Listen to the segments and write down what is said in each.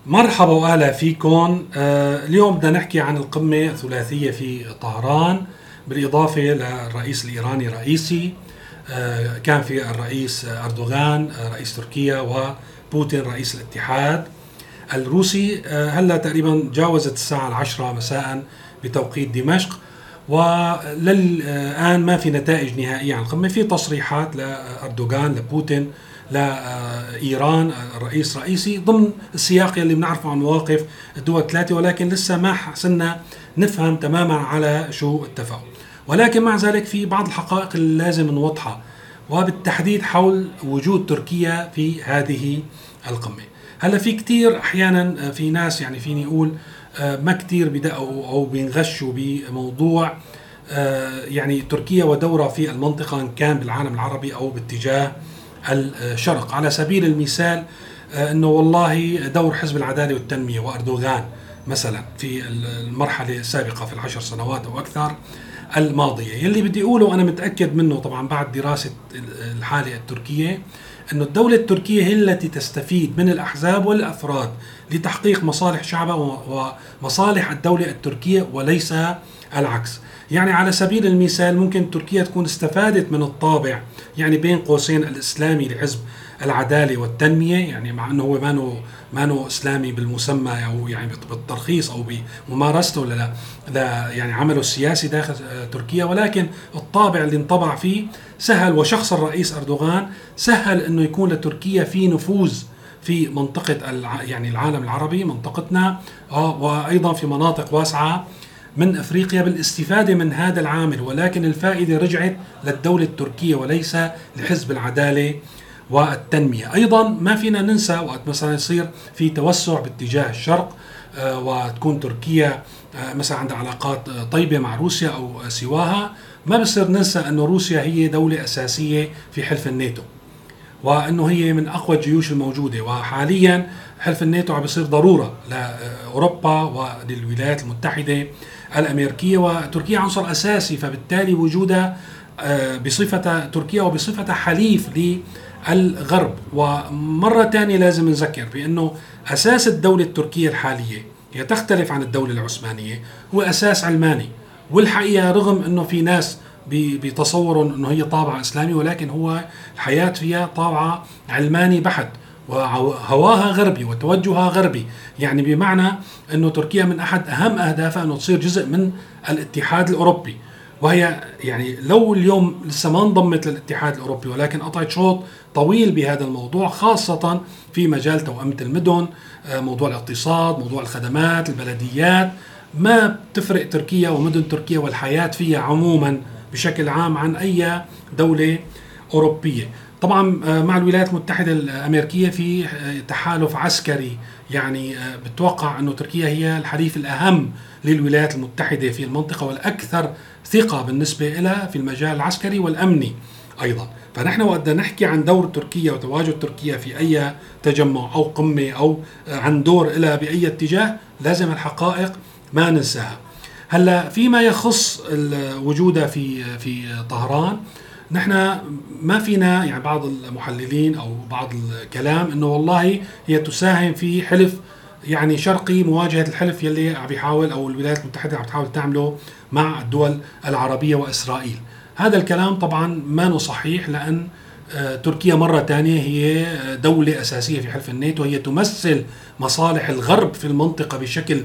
مرحبا وأهلا فيكم. اليوم بدنا نحكي عن القمة الثلاثية في طهران بالإضافة للرئيس الإيراني رئيسي. كان في الرئيس أردوغان رئيس تركيا وبوتين رئيس الاتحاد الروسي. هلا تقريبا جاوزت الساعة 10 مساء بتوقيت دمشق، وللآن ما في نتائج نهائية عن القمة. في تصريحات لأردوغان لبوتين لإيران الرئيس رئيسي ضمن السياق اللي بنعرفه عن مواقف الدول الثلاثة، ولكن لسه ما حسنا نفهم تماما على شو اتفقوا. ولكن مع ذلك في بعض الحقائق اللي لازم نوضحها، وبالتحديد حول وجود تركيا في هذه القمة. هلا في كتير أحيانا في ناس يعني فيني أقول ما كتير بدأوا أو بينغشوا بموضوع يعني تركيا ودورها في المنطقة، إن كان بالعالم العربي أو باتجاه الشرق. على سبيل المثال أنه والله دور حزب العدالة والتنمية وأردوغان مثلا في المرحلة السابقة في ال10 سنوات أو أكثر الماضية، يلي بدي أقوله أنا متأكد منه طبعا بعد دراسة الحالة التركية، أن الدولة التركية هي التي تستفيد من الأحزاب والأفراد لتحقيق مصالح شعبها ومصالح الدولة التركية وليس العكس. يعني على سبيل المثال ممكن تركيا تكون استفادت من الطابع يعني بين قوسين الإسلامي لحزب العدالة والتنمية، يعني مع أنه هو ما إسلامي بالمسمى أو يعني بالترخيص أو بممارسته ولا لا يعني عمله السياسي داخل تركيا، ولكن الطابع اللي انطبع فيه سهل، وشخص الرئيس أردوغان سهل أنه يكون لتركيا في نفوذ في منطقة يعني العالم العربي منطقتنا، وأيضا في مناطق واسعة من أفريقيا بالاستفادة من هذا العامل. ولكن الفائدة رجعت للدولة التركية وليس لحزب العدالة والتنمية. أيضا ما فينا ننسى وقت مثلا يصير في توسع باتجاه الشرق وتكون تركيا مثلا عندها علاقات طيبة مع روسيا أو سواها، ما بصير ننسى أن روسيا هي دولة أساسية في حلف الناتو، وأنه هي من أقوى الجيوش الموجودة، وحاليا حلف الناتو عم بيصير ضرورة لأوروبا وللولايات المتحدة الأمريكية، وتركيا عنصر أساسي. فبالتالي وجودها بصفتها تركيا وبصفتها حليف للغرب. ومرة تانية لازم نذكر بأنه أساس الدولة التركية الحالية هي تختلف عن الدولة العثمانية، هو أساس علماني. والحقيقة رغم أنه في ناس بتصوروا أنه هي طابع إسلامي، ولكن هو الحياة فيها طابع علماني بحت، وهواها غربي وتوجهها غربي. يعني بمعنى أنه تركيا من أحد أهم أهدافها أنه تصير جزء من الاتحاد الأوروبي، وهي يعني لو اليوم لسه ما انضمت للاتحاد الأوروبي ولكن قطعت شوط طويل بهذا الموضوع، خاصة في مجال توأمة المدن، موضوع الاقتصاد، موضوع الخدمات، البلديات. ما بتفرق تركيا ومدن تركيا والحياة فيها عموما بشكل عام عن أي دولة أوروبية. طبعا مع الولايات المتحدة الأمريكية في تحالف عسكري، يعني بتوقع أنه تركيا هي الحليف الأهم للولايات المتحدة في المنطقة والأكثر ثقة بالنسبة لها في المجال العسكري والأمني أيضا. فنحن وقت نحكي عن دور تركيا وتواجد تركيا في أي تجمع أو قمة أو عن دور لها بأي اتجاه، لازم الحقائق ما ننساها. هلا فيما يخص وجودها في طهران، نحن ما فينا يعني بعض المحللين او بعض الكلام انه والله هي تساهم في حلف يعني شرقي مواجهة الحلف يلي عم بيحاول او الولايات المتحدة عم تحاول تعمله مع الدول العربية واسرائيل. هذا الكلام طبعا ما صحيح، لان تركيا مرة تانية هي دولة أساسية في حلف الناتو، هي تمثل مصالح الغرب في المنطقة بشكل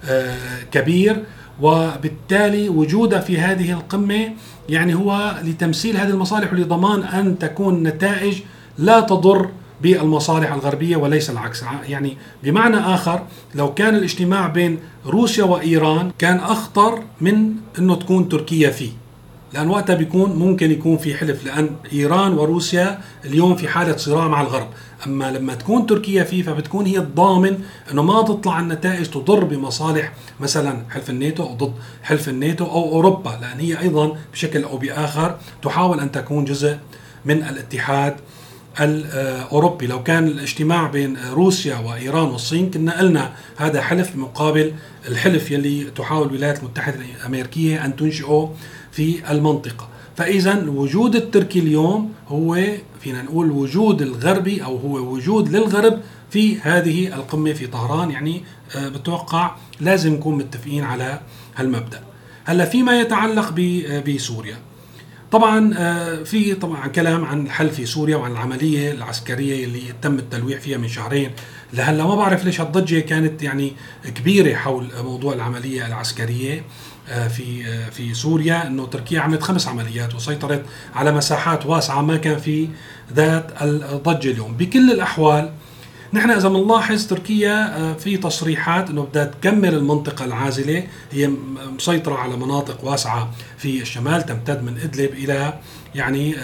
كبير، وبالتالي وجودها في هذه القمة يعني هو لتمثيل هذه المصالح ولضمان أن تكون نتائج لا تضر بالمصالح الغربية وليس العكس. يعني بمعنى آخر لو كان الاجتماع بين روسيا وإيران كان أخطر من أنه تكون تركيا فيه، لأن وقتها بيكون ممكن يكون في حلف، لأن إيران وروسيا اليوم في حالة صراع مع الغرب. أما لما تكون تركيا فيه فبتكون هي الضامن أنه ما تطلع النتائج تضر بمصالح مثلا حلف الناتو أو ضد حلف الناتو أو أوروبا، لأن هي أيضا بشكل أو بآخر تحاول أن تكون جزء من الاتحاد الأوروبي. لو كان الاجتماع بين روسيا وإيران والصين كنا قلنا هذا حلف مقابل الحلف يلي تحاول الولايات المتحدة الأمريكية أن تنشئه في المنطقة. فإذا الوجود التركي اليوم هو فينا نقول وجود الغربي، أو هو وجود للغرب في هذه القمة في طهران. يعني بتوقع لازم نكون متفقين على هالمبدأ. هلا فيما يتعلق بسوريا، طبعا في طبعا كلام عن الحل في سوريا وعن العملية العسكرية اللي تم التلويح فيها من شهرين لهلا. ما بعرف ليش هالضجة كانت يعني كبيرة حول موضوع العملية العسكرية في سوريا، انه تركيا عملت 5 عمليات وسيطرت على مساحات واسعة ما كان في ذات الضجة اليوم. بكل الأحوال نحن إذا بنلاحظ تركيا في تصريحات أنه بدها تكمل المنطقة العازلة، هي مسيطرة على مناطق واسعة في الشمال تمتد من إدلب إلى يعني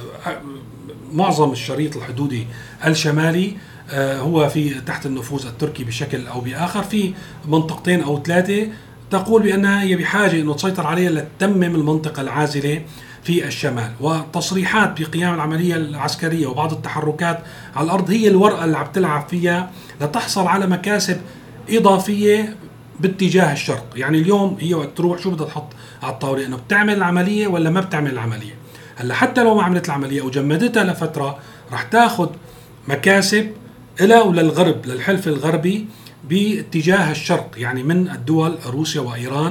معظم الشريط الحدودي الشمالي هو في تحت النفوذ التركي بشكل أو بآخر. في منطقتين أو 3 تقول بأنها هي بحاجة أنه تسيطر عليها لتتمم المنطقة العازلة في الشمال. وتصريحات بقيام العملية العسكرية وبعض التحركات على الأرض هي الورقة اللي عم تلعب فيها لتحصل على مكاسب إضافية باتجاه الشرق. يعني اليوم هي وقت تروح شو بدها تحط على الطاولة، إنه بتعمل العملية ولا ما بتعمل العملية. هلا حتى لو ما عملت العملية أو جمدتها لفترة رح تاخد مكاسب إلى وللغرب للحلف الغربي باتجاه الشرق، يعني من الدول روسيا وإيران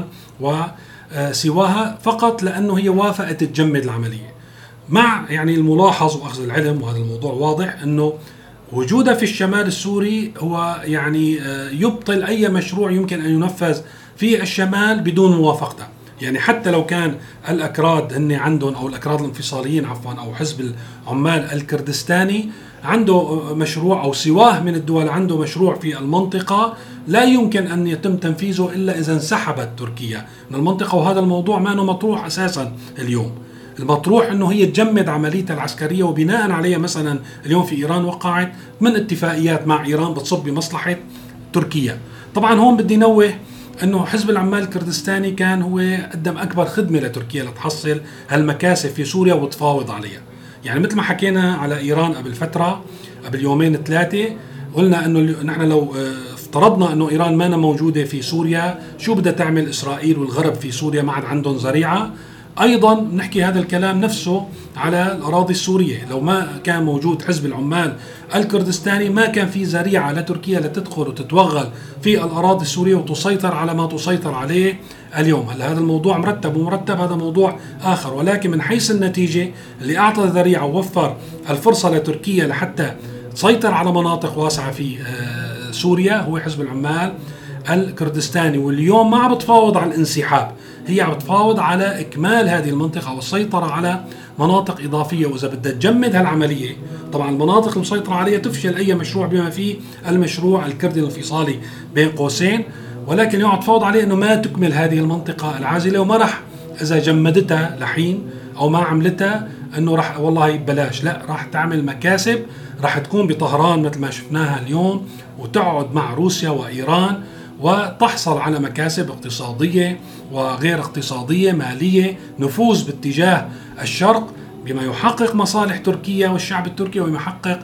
وسواها، فقط لأنه هي وافقت تجمد العملية. مع يعني الملاحظ وأخذ العلم، وهذا الموضوع واضح، أنه وجودها في الشمال السوري هو يعني يبطل أي مشروع يمكن أن ينفذ في الشمال بدون موافقتها. يعني حتى لو كان الأكراد هن عندهم، أو الأكراد الانفصاليين عفوا، أو حزب العمال الكردستاني عنده مشروع، أو سواه من الدول عنده مشروع في المنطقة، لا يمكن أن يتم تنفيذه إلا إذا انسحبت تركيا من المنطقة. وهذا الموضوع ما مطروح أساسا اليوم. المطروح أنه هي تجمد عمليتها العسكرية، وبناء عليها مثلا اليوم في إيران وقعت من اتفاقيات مع إيران بتصب بمصلحة تركيا. طبعا هون بدي نوه أنه حزب العمال الكردستاني كان هو قدم أكبر خدمة لتركيا لتحصل هالمكاسب في سوريا وتفاوض عليها. يعني مثل ما حكينا على إيران قبل فترة، قبل 2-3 يوم، قلنا أنه نحن لو افترضنا أنه إيران ما موجودة في سوريا، شو بدها تعمل إسرائيل والغرب في سوريا؟ ما عاد عندهم ذريعة. أيضا نحكي هذا الكلام نفسه على الأراضي السورية. لو ما كان موجود حزب العمال الكردستاني ما كان في ذريعة لتركيا لتدخل وتتوغل في الأراضي السورية وتسيطر على ما تسيطر عليه اليوم. هلا هذا الموضوع مرتب ومرتب، هذا موضوع آخر، ولكن من حيث النتيجة اللي أعطى ذريعة ووفر الفرصة لتركيا لحتى تسيطر على مناطق واسعة في سوريا هو حزب العمال الكردستاني. واليوم ما عم بتفاوض على الانسحاب، هي عم بتفاوض على إكمال هذه المنطقة والسيطرة على مناطق إضافية. وإذا بدها تجمد هالعملية، طبعا المناطق المسيطرة عليها تفشل أي مشروع بما فيه المشروع الكردي الانفصالي بين قوسين، ولكن اليوم عم تفاوض عليه أنه ما تكمل هذه المنطقة العازلة، وما رح إذا جمدتها لحين أو ما عملتها أنه رح والله ببلاش، لا، رح تعمل مكاسب، رح تكون بطهران مثل ما شفناها اليوم، وتقعد مع روسيا وإيران وتحصل على مكاسب اقتصادية وغير اقتصادية، مالية، نفوذ باتجاه الشرق، بما يحقق مصالح تركيا والشعب التركي، وبما يحقق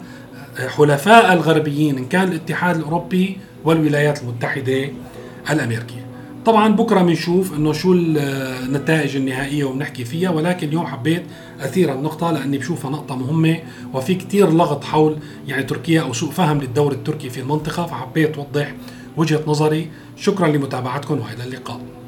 حلفاء الغربيين إن كان الاتحاد الأوروبي والولايات المتحدة الأمريكية. طبعا بكرة بنشوف انه شو النتائج النهائية وبنحكي فيها، ولكن اليوم حبيت اثير النقطة لاني بشوفها نقطة مهمة، وفي كتير لغط حول يعني تركيا او سوء فهم للدور التركي في المنطقة، فحبيت اوضح وجهة نظري. شكرا لمتابعتكم والى اللقاء.